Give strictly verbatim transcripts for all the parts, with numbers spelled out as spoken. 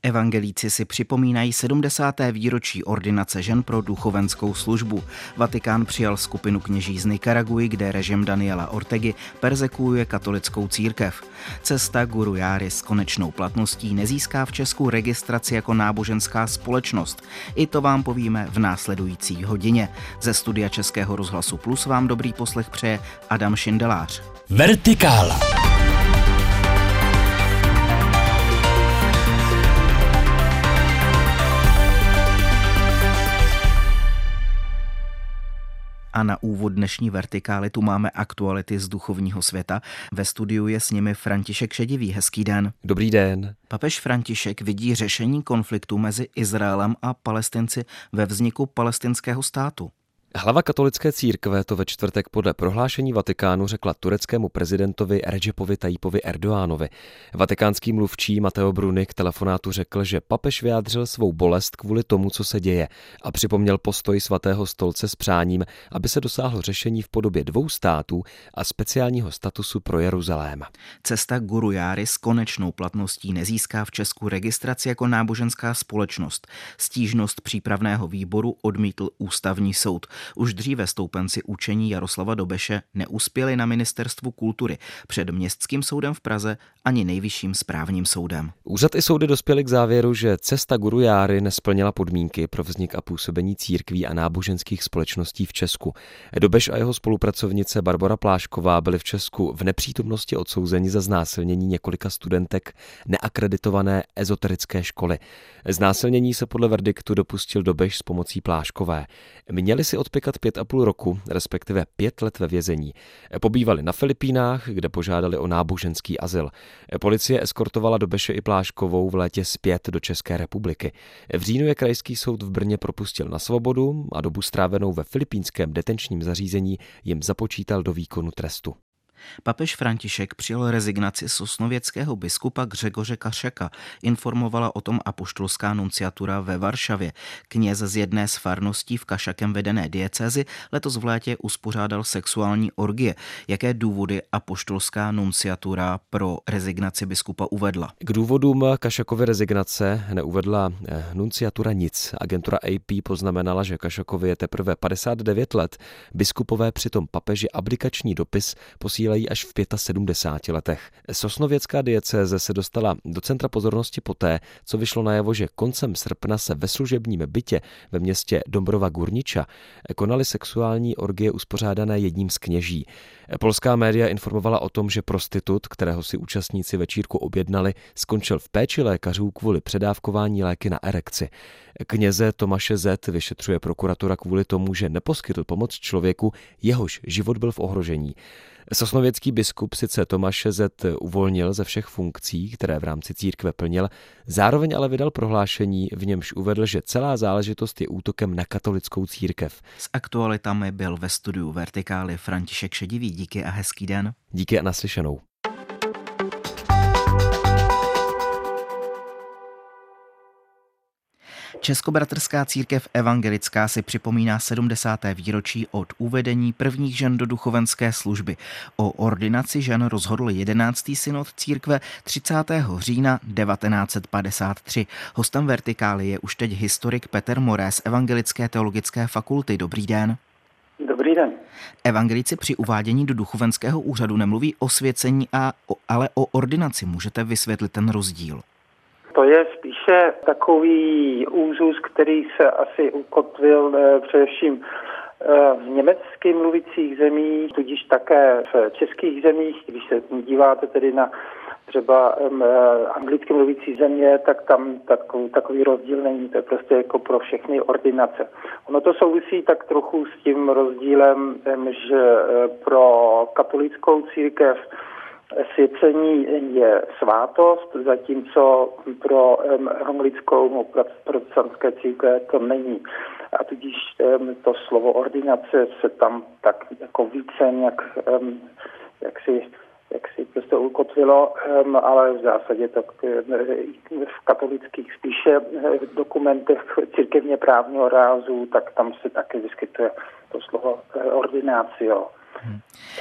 Evangelíci si připomínají sedmdesáté výročí ordinace žen pro duchovenskou službu. Vatikán přijal skupinu kněží z Nikaraguji, kde režim Daniela Ortegy perzekuje katolickou církev. Cesta Guru Járy s konečnou platností nezíská v Česku registraci jako náboženská společnost. I to vám povíme v následující hodině. Ze studia Českého rozhlasu Plus vám dobrý poslech přeje Adam Šindelář. Vertikála. A na úvod dnešní Vertikály tu máme aktuality z duchovního světa. Ve studiu je s nimi František Šedivý. Hezký den. Dobrý den. Papež František vidí řešení konfliktu mezi Izraelem a Palestinci ve vzniku palestinského státu. Hlava katolické církve to ve čtvrtek podle prohlášení Vatikánu řekla tureckému prezidentovi Redžepovi Tayyipovi Erdoánovi. Vatikánský mluvčí Matteo Bruni k telefonátu řekl, že papež vyjádřil svou bolest kvůli tomu, co se děje, a připomněl postoj svatého stolce s přáním, aby se dosáhlo řešení v podobě dvou států a speciálního statusu pro Jeruzalém. Cesta Guru Járy s konečnou platností nezíská v Česku registraci jako náboženská společnost. Stížnost přípravného výboru odmítl ústavní soud. Už dříve stoupenci učení Jaroslava Dobeše neuspěli na Ministerstvu kultury, před Městským soudem v Praze ani Nejvyšším správním soudem. Úřad i soudy dospěly k závěru, že cesta Guru Járy nesplnila podmínky pro vznik a působení církví a náboženských společností v Česku. Dobeš a jeho spolupracovnice Barbora Plášková byli v Česku v nepřítomnosti odsouzeni za znásilnění několika studentek neakreditované ezoterické školy. Znásilnění se podle verdiktu dopustil Dobeš s pomocí Pláškové. Měli si odpěkat pět a půl roku, respektive pět let ve vězení. Pobývali na Filipínách, kde požádali o náboženský azyl. Policie eskortovala Dobeše i Pláškovou v létě zpět do České republiky. V říjnu je krajský soud v Brně propustil na svobodu a dobu strávenou ve filipínském detenčním zařízení jim započítal do výkonu trestu. Papež František přijal rezignaci sosnověckého biskupa Gřegoře Kašeka. Informovala o tom apoštolská nunciatura ve Varšavě. Kněz z jedné z farností v Kašakem vedené diecézi letos v létě uspořádal sexuální orgie. Jaké důvody apoštolská nunciatura pro rezignaci biskupa uvedla? K důvodům Kašakovy rezignace neuvedla nunciatura nic. Agentura A P poznamenala, že Kašakovi je teprve padesát devět let. Biskupové přitom papeži abdikační dopis posílají až v sedmdesáti pěti letech. Sosnověcká diecéze se dostala do centra pozornosti poté, co vyšlo najevo, že koncem srpna se ve služebním bytě ve městě Dombrova Gurniča konaly sexuální orgie uspořádané jedním z kněží. Polská média informovala o tom, že prostitut, kterého si účastníci večírku objednali, skončil v péči lékařů kvůli předávkování léky na erekci. Kněze Tomáše Z. vyšetřuje prokuratura kvůli tomu, že neposkytl pomoc člověku, jehož život byl v ohrožení. Sosnověcký biskup sice Tomáše Z. uvolnil ze všech funkcí, které v rámci církve plnil, zároveň ale vydal prohlášení, v němž uvedl, že celá záležitost je útokem na katolickou církev. S aktualitami byl ve studiu Vertikály František Šedivý. Díky a hezký den. Díky a naslyšenou. Českobratrská církev evangelická si připomíná sedmdesáté výročí od uvedení prvních žen do duchovenské služby. O ordinaci žen rozhodl jedenáctý synod církve třicátého října devatenáct set padesát tři. Hostem Vertikály je už teď historik Petr Moré z Evangelické teologické fakulty. Dobrý den. Dobrý den. Evangelici při uvádění do duchovenského úřadu nemluví o svěcení, a, ale o ordinaci. Můžete vysvětlit ten rozdíl? To je spíše takový úzus, který se asi ukotvil především v německy mluvících zemích, tudíž také v českých zemích. Když se díváte tedy na třeba anglicky mluvící země, tak tam takový, takový rozdíl není. To je prostě jako pro všechny ordinace. Ono to souvisí tak trochu s tím rozdílem, že pro katolickou církev svěcení je svátost, zatímco pro evangelickou protestantské církve to není. A tudíž to slovo ordinace se tam tak jako více nějak, jak si, jak si prostě ukotvilo, ale v zásadě tak v katolických spíše dokumentech církevně právního rázu, tak tam se také vyskytuje to slovo ordinácio. Hmm. Tak.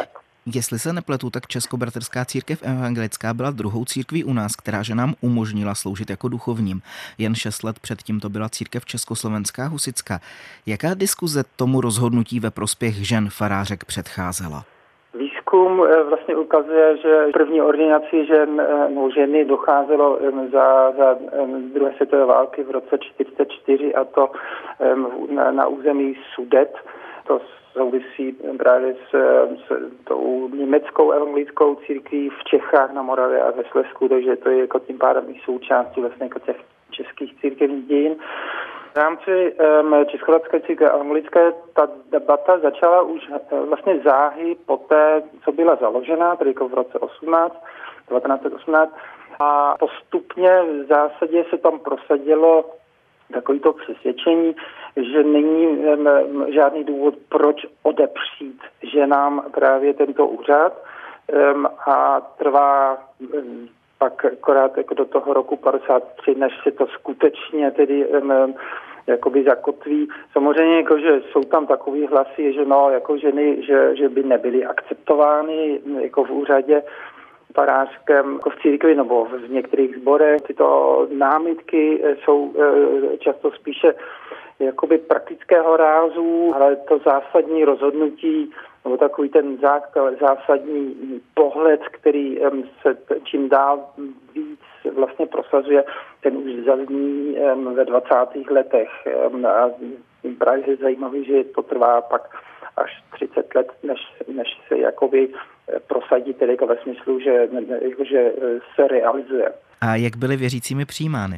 Jestli se nepletu, tak Českobratrská církev evangelická byla druhou církví u nás, která ženám umožnila sloužit jako duchovním. Jen šest let předtím to byla církev Československá husitská. Jaká diskuze tomu rozhodnutí ve prospěch žen farářek předcházela? Výzkum vlastně ukazuje, že první ordinaci žen, no, ženy docházelo za, za druhé světové války v roce čtyřicet čtyři, a to na, na území Sudet. To souvisí právě s, s tou německou evangelickou církví v Čechách, na Moravě a ve Slezsku, takže to je jako tím pádem i součástí vlastně jako těch českých církevních dějin. V rámci um, Československé církve evangelické ta debata začala už uh, vlastně záhy poté, co byla založena, tedy jako v roce devatenáct osmnáct, a postupně v zásadě se tam prosadilo takovýto přesvědčení, že není um, žádný důvod, proč odepřít ženám právě tento úřad, um, a trvá um, pak akorát jako do toho roku padesát tři, než se to skutečně tedy um, jakoby zakotví. Samozřejmě, jako, že jsou tam takový hlasy, že no, jako ženy, že, že by nebyly akceptovány jako v úřadě farářském, jako v církvi nebo v některých sborech. Tyto námitky jsou e, často spíše jakoby praktického rázu, ale to zásadní rozhodnutí nebo takový ten zásadní pohled, který se čím dál víc vlastně prosazuje, ten už zazní ve dvacátých letech. A právě je zajímavý, že to trvá pak až třicet let, než, než se jakoby prosadí, tedy jako ve smyslu, že, jako, že se realizuje. A jak byly věřícími přijímány?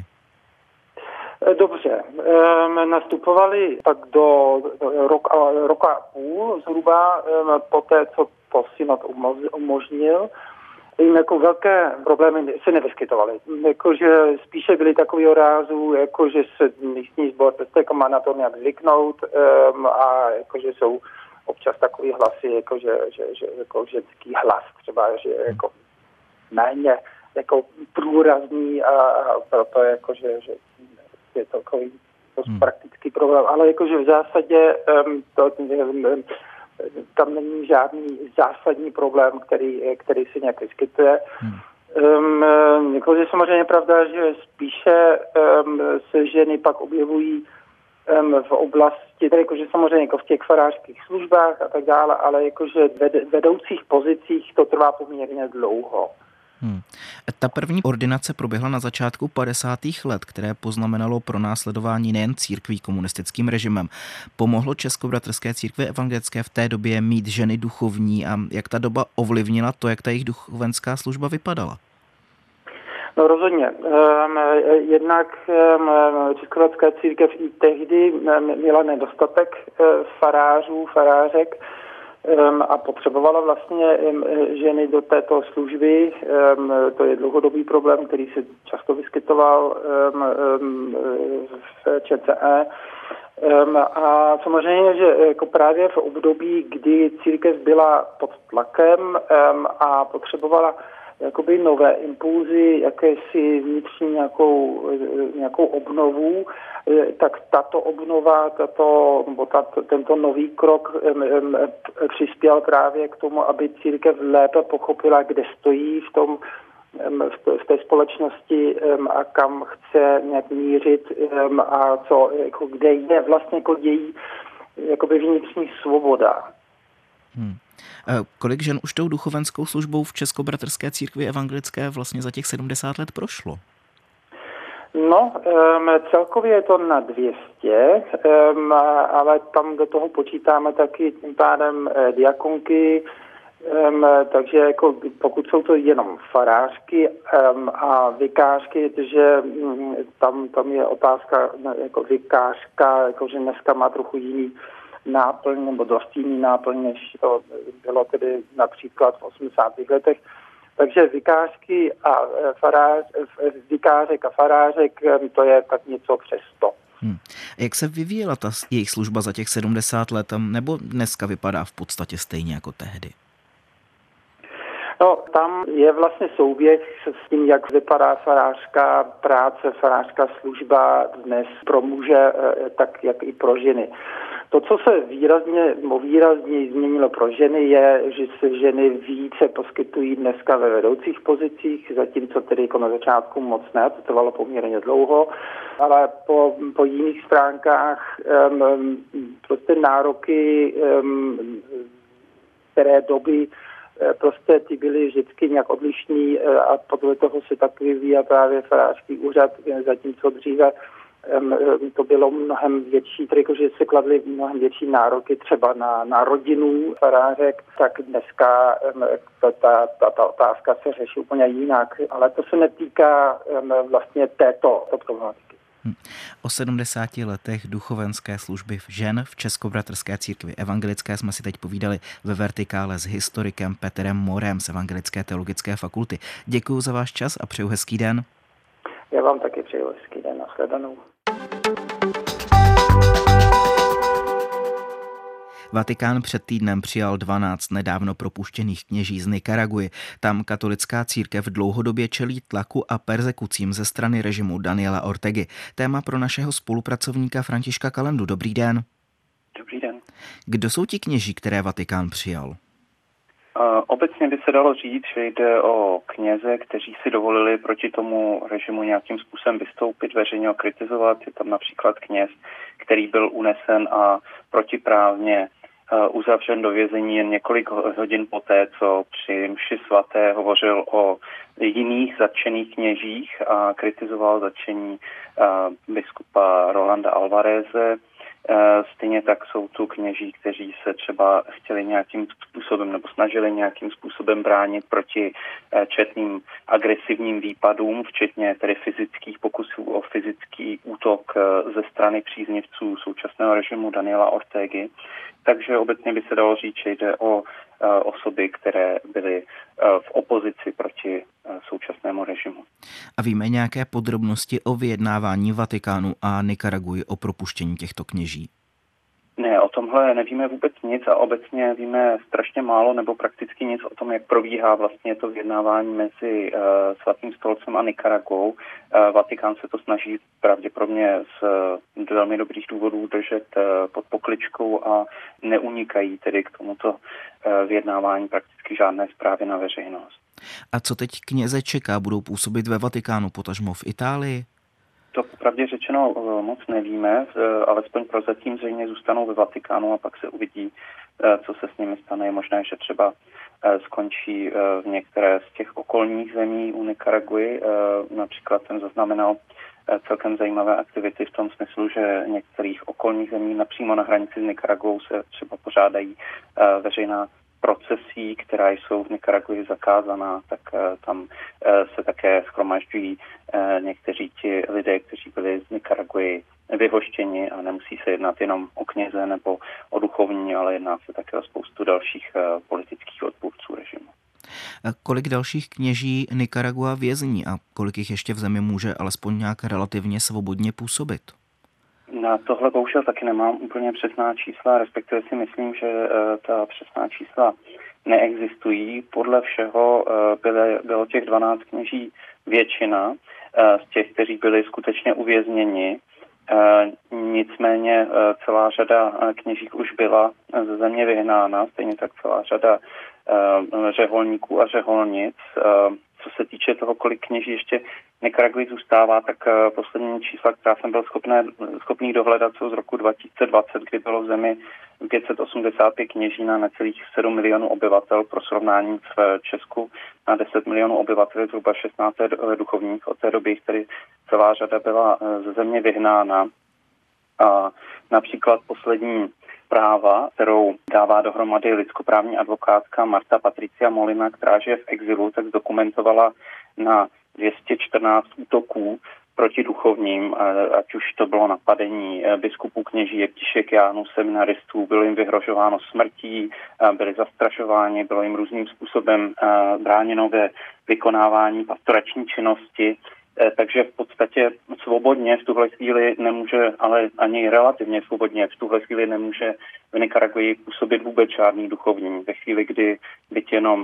Dobře, nastupovali tak do roka, roka a půl zhruba po té, co to synod umožnil. Jim jako velké problémy se nevyskytovaly. Jakože spíše byly takový rázu, jakože se místní sbor jako má na to nějak zvyknout, a jakože jsou občas takový hlasy, jakože že, že, jako ženský hlas třeba, že jako méně jako průrazný, a, a proto jakože že je to takový dost hmm. praktický problém, ale jakože v zásadě um, to, um, tam není žádný zásadní problém, který, který se nějak vyskytuje. Hmm. Um, jakože samozřejmě je pravda, že spíše um, se ženy pak objevují um, v oblasti, tedy jakože samozřejmě jako v těch farářských službách a tak dále, ale jakože v vedoucích pozicích to trvá poměrně dlouho. Hmm. Ta první ordinace proběhla na začátku padesátých let, které poznamenalo pronásledování nejen církví komunistickým režimem. Pomohlo Českobratrské církvi evangelické v té době mít ženy duchovní, a jak ta doba ovlivnila to, jak ta jejich duchovenská služba vypadala? No rozhodně. Jednak Českobratská církev i tehdy měla nedostatek farářů, farářek, a potřebovala vlastně ženy do této služby. To je dlouhodobý problém, který se často vyskytoval v ČCE. A samozřejmě, že jako právě v období, kdy církev byla pod tlakem a potřebovala jakoby nové impulzy, jakési vnitřní nějakou, nějakou obnovu, tak tato obnova, tato, nebo tato, tento nový krok em, em, přispěl právě k tomu, aby církev lépe pochopila, kde stojí v tom, em, v té společnosti, em, a kam chce nějak mířit, em, a co, jako, kde je vlastně jako její jakoby vnitřní svoboda. Hmm. Kolik žen už tou duchovenskou službou v Českobratrské církvi evangelické vlastně za těch sedmdesát let prošlo? No, um, celkově je to na dvě stě, um, ale tam do toho počítáme taky tím pádem eh, diakonky, um, takže jako pokud jsou to jenom farářky um, a vikářky, protože um, tam, tam je otázka jako vikářka, jakože dneska má trochu jiný náplň nebo dost jiný náplň, než to bylo tedy například v osmdesátých letech. Takže vikářky a farář, vikářek a farářek, to je tak něco přes sto. Hmm. Jak se vyvíjela ta jejich služba za těch sedmdesát let, nebo dneska vypadá v podstatě stejně jako tehdy? No, tam je vlastně souběh s tím, jak vypadá farářská práce, farářská služba dnes pro muže, tak jak i pro ženy. To, co se výrazně, výrazně změnilo pro ženy, je, že se ženy více poskytují dneska ve vedoucích pozicích, zatímco tedy jako na začátku moc ne, to trvalo poměrně dlouho, ale po, po jiných stránkách um, prostě nároky, um, které doby prostě ty byly vždycky nějak odlišný a podle toho se tak vyvíjel právě farářský úřad, zatímco dříve to bylo mnohem větší, tedy že se kladly mnohem větší nároky třeba na, na rodinu farářek, tak dneska ta, ta, ta, ta otázka se řeší úplně jinak, ale to se netýká vlastně této problematiky. O sedmdesáti letech duchovenské služby žen v Českobratrské církvi evangelické jsme si teď povídali ve Vertikále s historikem Petrem Morem z Evangelické teologické fakulty. Děkuji za váš čas a přeju hezký den. Já vám taky přeju hezký den. Nashledanou. Vatikán před týdnem přijal dvanáct nedávno propuštěných kněží z Nikaraguji. Tam katolická církev dlouhodobě čelí tlaku a perzekucím ze strany režimu Daniela Ortegy. Téma pro našeho spolupracovníka Františka Kalendu. Dobrý den. Dobrý den. Kdo jsou ti kněží, které Vatikán přijal? Uh, obecně by se dalo říct, že jde o kněze, kteří si dovolili proti tomu režimu nějakým způsobem vystoupit, veřejně ho kritizovat. Je tam například kněz, který byl unesen a protiprávně uh, uzavřen do vězení jen několik hodin poté, co při mši svaté hovořil o jiných zatčených kněžích a kritizoval zatčení uh, biskupa Rolanda Alvareze. Stejně tak jsou tu kněží, kteří se třeba chtěli nějakým způsobem nebo snažili nějakým způsobem bránit proti četným agresivním výpadům, včetně tedy fyzických pokusů o fyzický útok ze strany příznivců současného režimu Daniela Ortegy. Takže obecně by se dalo říct, že jde o osoby, které byly v opozici proti současnému režimu. A víme nějaké podrobnosti o vyjednávání Vatikánu a Nikaraguji o propuštění těchto kněží? Ne, o tomhle nevíme vůbec nic a obecně víme strašně málo nebo prakticky nic o tom, jak probíhá vlastně to vyjednávání mezi uh, Svatým stolcem a Nikaraguou. Uh, Vatikán se to snaží pravděpodobně z uh, velmi dobrých důvodů držet uh, pod pokličkou a neunikají tedy k tomuto uh, vyjednávání prakticky žádné zprávy na veřejnost. A co teď kněze čeká? Budou působit ve Vatikánu, potažmo v Itálii? To popravdě řečeno moc nevíme, alespoň prozatím zřejmě zůstanou ve Vatikánu a pak se uvidí, co se s nimi stane. Je možné, že třeba skončí v některé z těch okolních zemí u Nikaraguji. Například jsem zaznamenal celkem zajímavé aktivity v tom smyslu, že některých okolních zemí napřímo na hranici s Nikaraguou se třeba pořádají veřejná procesí, která jsou v Nikaraguji zakázaná, tak uh, tam uh, se také shromažďují uh, někteří ti lidé, kteří byli z Nikaraguji vyhoštěni a nemusí se jednat jenom o kněze nebo o duchovní, ale jedná se také o spoustu dalších uh, politických odpůrců režimu. A kolik dalších kněží Nikaragua vězní a kolik jich ještě v zemi může alespoň nějak relativně svobodně působit? Na tohle bohužel taky nemám úplně přesná čísla, respektive si myslím, že uh, ta přesná čísla neexistují. Podle všeho uh, byly, bylo těch dvanáct kněží většina uh, z těch, kteří byli skutečně uvězněni. Uh, nicméně uh, celá řada uh, kněží už byla ze země vyhnána, stejně tak celá řada uh, řeholníků a řeholnic. Uh, co se týče toho, kolik kněží ještě Nikaraguji zůstává, tak uh, poslední čísla, která jsem byl schopné, schopný dohledat, jsou z roku dva tisíce dvacet, kdy bylo v zemi pět set osmdesát pět kněží na necelých sedm milionů obyvatel. Pro srovnání v Česku na deset milionů obyvatel, zhruba šestnáct duchovních. Od té doby tedy celá řada byla ze země vyhnána. A například poslední práva, kterou dává dohromady lidskoprávní advokátka Marta Patricia Molina, která žije v exilu, tak zdokumentovala na dvě stě čtrnáct útoků proti duchovním, ať už to bylo napadení biskupů, kněží, jeptišek, jánů, seminaristů, bylo jim vyhrožováno smrtí, byli zastrašováni, bylo jim různým způsobem bráněno ve vykonávání pastorační činnosti. Takže v podstatě svobodně v tuhle chvíli nemůže, ale ani relativně svobodně v tuhle chvíli nemůže v Nikaraguji působit vůbec žádný duchovní. Ve chvíli, kdy byť jenom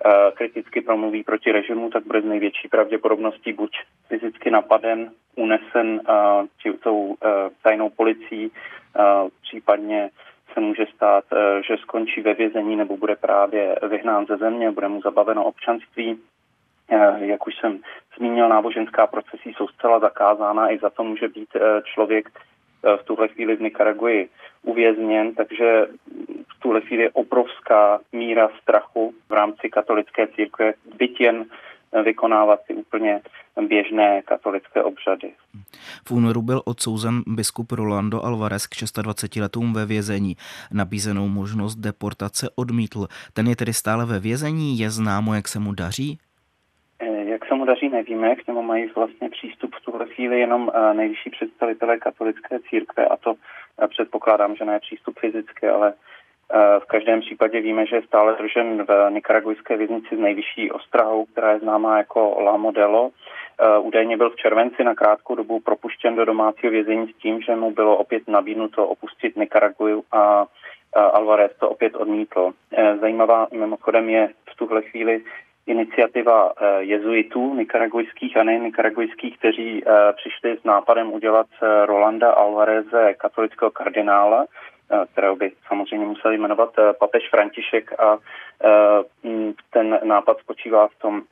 kriticky promluví proti režimu, tak bude z největší pravděpodobností buď fyzicky napaden, unesen tou tajnou policií, případně se může stát, že skončí ve vězení nebo bude právě vyhnán ze země, bude mu zabaveno občanství. Jak už jsem zmínil, náboženská procesí jsou zcela zakázána, i za to může být člověk v tuhle chvíli v Nikaraguji uvězněn, takže v tuhle chvíli je obrovská míra strachu v rámci katolické církve, byť jen vykonávat si úplně běžné katolické obřady. V únoru byl odsouzen biskup Rolando Alvarez k dvaceti šesti letům ve vězení. Nabízenou možnost deportace odmítl. Ten je tedy stále ve vězení, je známo, jak se mu daří? Jak se mu daří, nevíme, k němu mají vlastně přístup v tuhle chvíli jenom nejvyšší představitelé katolické církve a to předpokládám, že ne přístup fyzicky, ale v každém případě víme, že je stále držen v nikaragujské věznici s nejvyšší ostrahou, která je známá jako La Modelo. Údajně byl v červenci na krátkou dobu propuštěn do domácího vězení s tím, že mu bylo opět nabídnuto opustit Nikaraguju a Alvarez to opět odmítl. Zajímavá mimochodem je v tuhle chvíli iniciativa jezuitů nikaragujských a nejen nikaragujských, kteří přišli s nápadem udělat Rolanda Alvareze katolického kardinála, kterého by samozřejmě museli jmenovat papež František, a ten nápad spočívá v tom,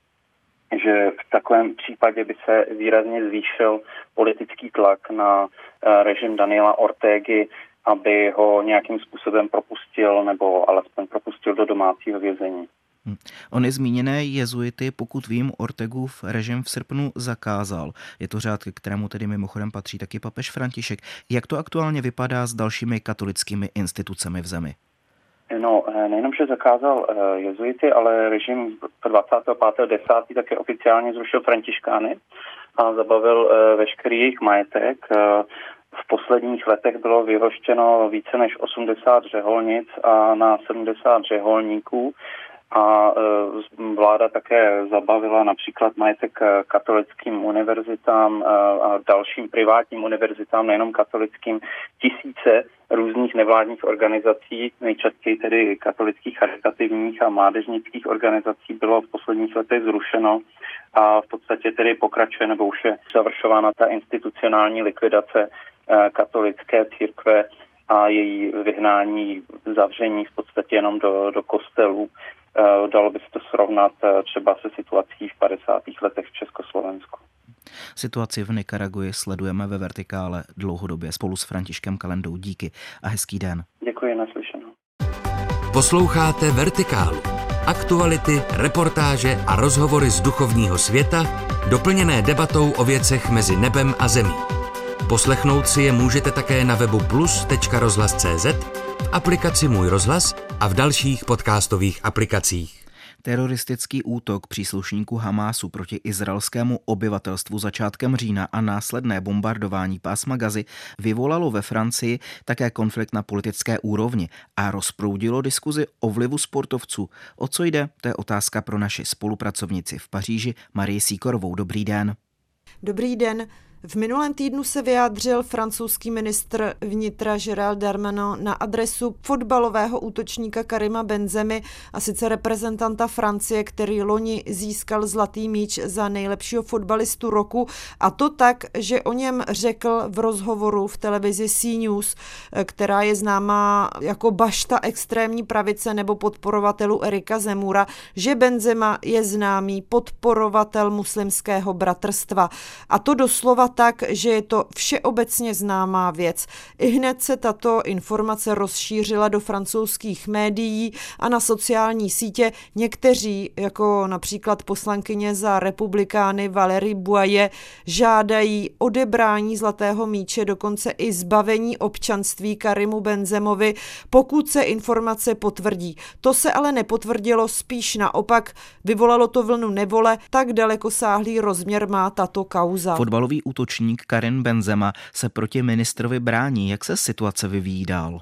že v takovém případě by se výrazně zvýšil politický tlak na režim Daniela Ortegy, aby ho nějakým způsobem propustil nebo alespoň propustil do domácího vězení. Hmm. Ony zmíněné jezuity, pokud vím, Ortegův režim v srpnu zakázal. Je to řád, ke kterému tedy mimochodem patří taky papež František. Jak to aktuálně vypadá s dalšími katolickými institucemi v zemi? No, nejenom, že zakázal jezuity, ale režim dvacátého pátého desátého také oficiálně zrušil františkány a zabavil veškerý jejich majetek. V posledních letech bylo vyhoštěno více než osmdesát řeholnic a na sedmdesát řeholníků. A vláda také zabavila například majetek katolickým univerzitám a dalším privátním univerzitám, nejenom katolickým. Tisíce různých nevládních organizací, nejčastěji tedy katolických charitativních a mládežnických organizací, bylo v posledních letech zrušeno a v podstatě tedy pokračuje nebo už je završována ta institucionální likvidace katolické církve a její vyhnání, zavření v podstatě jenom do, do kostelů. Dalo by se to srovnat třeba se situací v padesátých letech v Československu. Situaci v Nikaraguji sledujeme ve Vertikále dlouhodobě spolu s Františkem Kalendou. Díky a hezký den. Děkuji, naslyšenou. Posloucháte Vertikálu. Aktuality, reportáže a rozhovory z duchovního světa, doplněné debatou o věcech mezi nebem a zemí. Poslechnout si je můžete také na webu plus tečka rozhlas tečka cé zet, v aplikaci Můj rozhlas a v dalších podcastových aplikacích. Teroristický útok příslušníků Hamásu proti izraelskému obyvatelstvu začátkem října a následné bombardování pásma Gazy vyvolalo ve Francii také konflikt na politické úrovni a rozproudilo diskuzi o vlivu sportovců. O co jde? To je otázka pro naši spolupracovnici v Paříži Marii Sýkorovou. Dobrý den. Dobrý den. V minulém týdnu se vyjádřil francouzský ministr vnitra Gérald Darmanin na adresu fotbalového útočníka Karima Benzemy, a sice reprezentanta Francie, který loni získal zlatý míč za nejlepšího fotbalistu roku, a to tak, že o něm řekl v rozhovoru v televizi C News, která je známá jako bašta extrémní pravice nebo podporovatelů Erika Zemmoura, že Benzema je známý podporovatel muslimského bratrstva. A to doslova tak, že je to všeobecně známá věc. Ihned se tato informace rozšířila do francouzských médií a na sociální sítě. Někteří, jako například poslankyně za republikány Valérie Boyer, žádají odebrání zlatého míče, dokonce i zbavení občanství Karimu Benzemovi, pokud se informace potvrdí. To se ale nepotvrdilo, spíš naopak, vyvolalo to vlnu nevole, tak dalekosáhlý rozměr má tato kauza. Fotbalový útočník Karim Benzema se proti ministrovi brání. Jak se situace vyvíjí dál?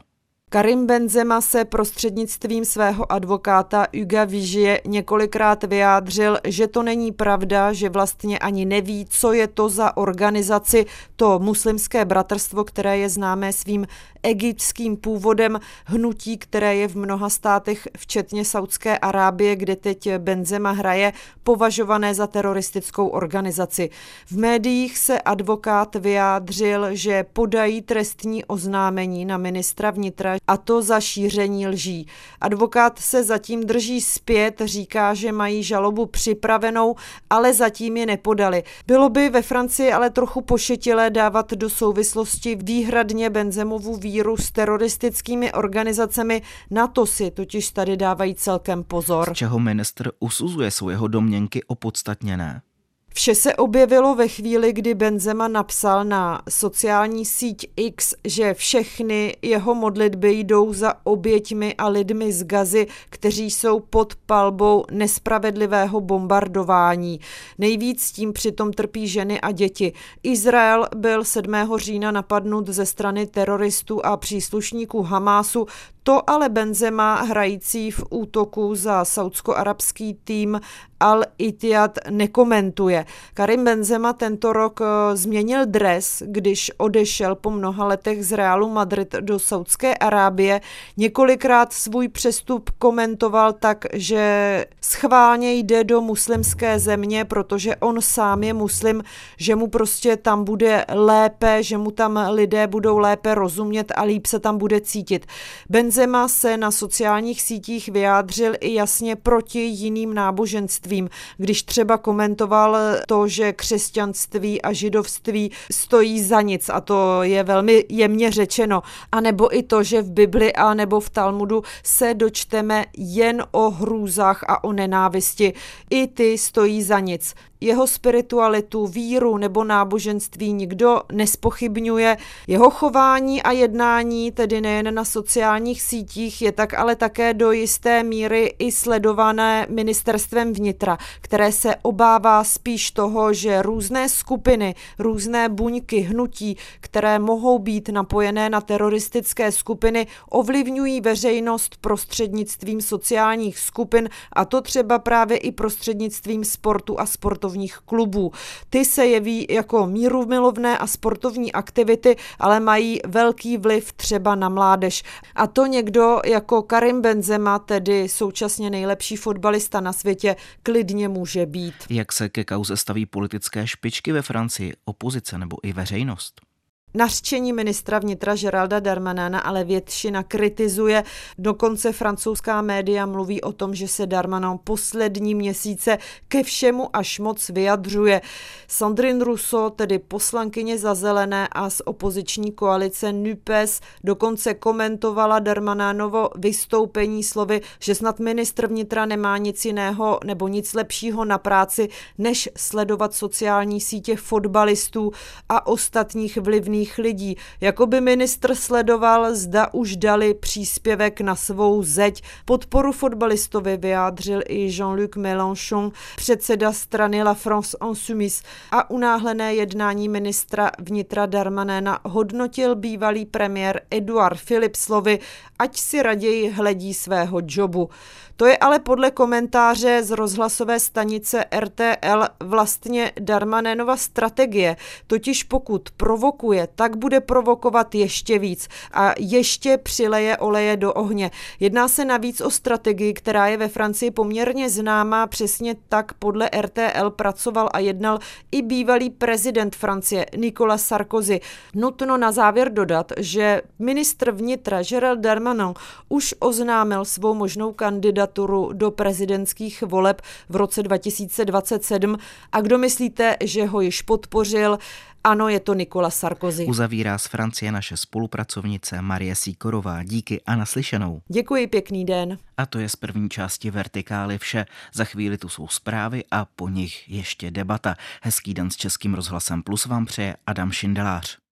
Karim Benzema se prostřednictvím svého advokáta Huga Vigie několikrát vyjádřil, že to není pravda, že vlastně ani neví, co je to za organizaci, to muslimské bratrstvo, které je známé svým egyptským původem, hnutí, které je v mnoha státech, včetně Saudské Arábie, kde teď Benzema hraje, považované za teroristickou organizaci. V médiích se advokát vyjádřil, že podají trestní oznámení na ministra vnitra, a to za šíření lží. Advokát se zatím drží zpět, říká, že mají žalobu připravenou, ale zatím je nepodali. Bylo by ve Francii ale trochu pošetilé dávat do souvislosti výhradně Benzemovu víru s teroristickými organizacemi, na to si totiž tady dávají celkem pozor. Z čeho ministr usuzuje, jsou jeho domněnky opodstatněné? Vše se objevilo ve chvíli, kdy Benzema napsal na sociální síť X, že všechny jeho modlitby jdou za oběťmi a lidmi z Gazy, kteří jsou pod palbou nespravedlivého bombardování. Nejvíc tím přitom trpí ženy a děti. Izrael byl sedmého října napadnut ze strany teroristů a příslušníků Hamásu. To ale Benzema, hrající v útoku za saudsko-arabský tým Al-Ittihad, nekomentuje. Karim Benzema tento rok změnil dres, když odešel po mnoha letech z Realu Madrid do Saudské Arábie. Několikrát svůj přestup komentoval tak, že schválně jde do muslimské země, protože on sám je muslim, že mu prostě tam bude lépe, že mu tam lidé budou lépe rozumět a líp se tam bude cítit. Benzema se na sociálních sítích vyjádřil i jasně proti jiným náboženstvím, když třeba komentoval to, že křesťanství a židovství stojí za nic, a to je velmi jemně řečeno, a nebo i to, že v Bibli a nebo v Talmudu se dočteme jen o hrůzách a o nenávisti. I ty stojí za nic. Jeho spiritualitu, víru nebo náboženství nikdo nespochybňuje. Jeho chování a jednání, tedy nejen na sociálních sítích, je tak ale také do jisté míry i sledované ministerstvem vnitra, které se obává spíš toho, že různé skupiny, různé buňky, hnutí, které mohou být napojené na teroristické skupiny, ovlivňují veřejnost prostřednictvím sociálních skupin, a to třeba právě i prostřednictvím sportu a sportovních klubů. Ty se jeví jako mírumilovné a sportovní aktivity, ale mají velký vliv třeba na mládež. A to někdo jako Karim Benzema, tedy současně nejlepší fotbalista na světě, klidně může být. Jak se ke kauze staví politické špičky ve Francii, opozice nebo i veřejnost? Nařčení ministra vnitra Géralda Darmanina ale většina kritizuje. Dokonce francouzská média mluví o tom, že se Darmanin poslední měsíce ke všemu až moc vyjadřuje. Sandrine Rousseau, tedy poslankyně za Zelené a z opoziční koalice N U P E S, dokonce komentovala Darmaninovo vystoupení slovy, že snad ministr vnitra nemá nic jiného nebo nic lepšího na práci, než sledovat sociální sítě fotbalistů a ostatních vlivných lidí. Jakoby ministr sledoval, zda už dali příspěvek na svou zeď. Podporu fotbalistovi vyjádřil i Jean-Luc Mélenchon, předseda strany La France Insoumise, a unáhlené jednání ministra vnitra Darmanina hodnotil bývalý premiér Edouard Philippe slovy, ať si raději hledí svého jobu. To je ale podle komentáře z rozhlasové stanice R T L vlastně Darmaninova strategie, totiž pokud provokuje, tak bude provokovat ještě víc a ještě přileje oleje do ohně. Jedná se navíc o strategii, která je ve Francii poměrně známá, přesně tak podle R T L pracoval a jednal i bývalý prezident Francie Nicolas Sarkozy. Nutno na závěr dodat, že ministr vnitra Gérald Darmanin už oznámil svou možnou kandidaturu do prezidentských voleb v roce dva tisíce dvacet sedm, a kdo myslíte, že ho již podpořil? Ano, je to Nicolas Sarkozy. Uzavírá z Francie naše spolupracovnice Marie Sýkorová. Díky a naslyšenou. Děkuji, pěkný den. A to je z první části Vertikály vše. Za chvíli tu jsou zprávy a po nich ještě debata. Hezký den s Českým rozhlasem Plus vám přeje Adam Šindelář.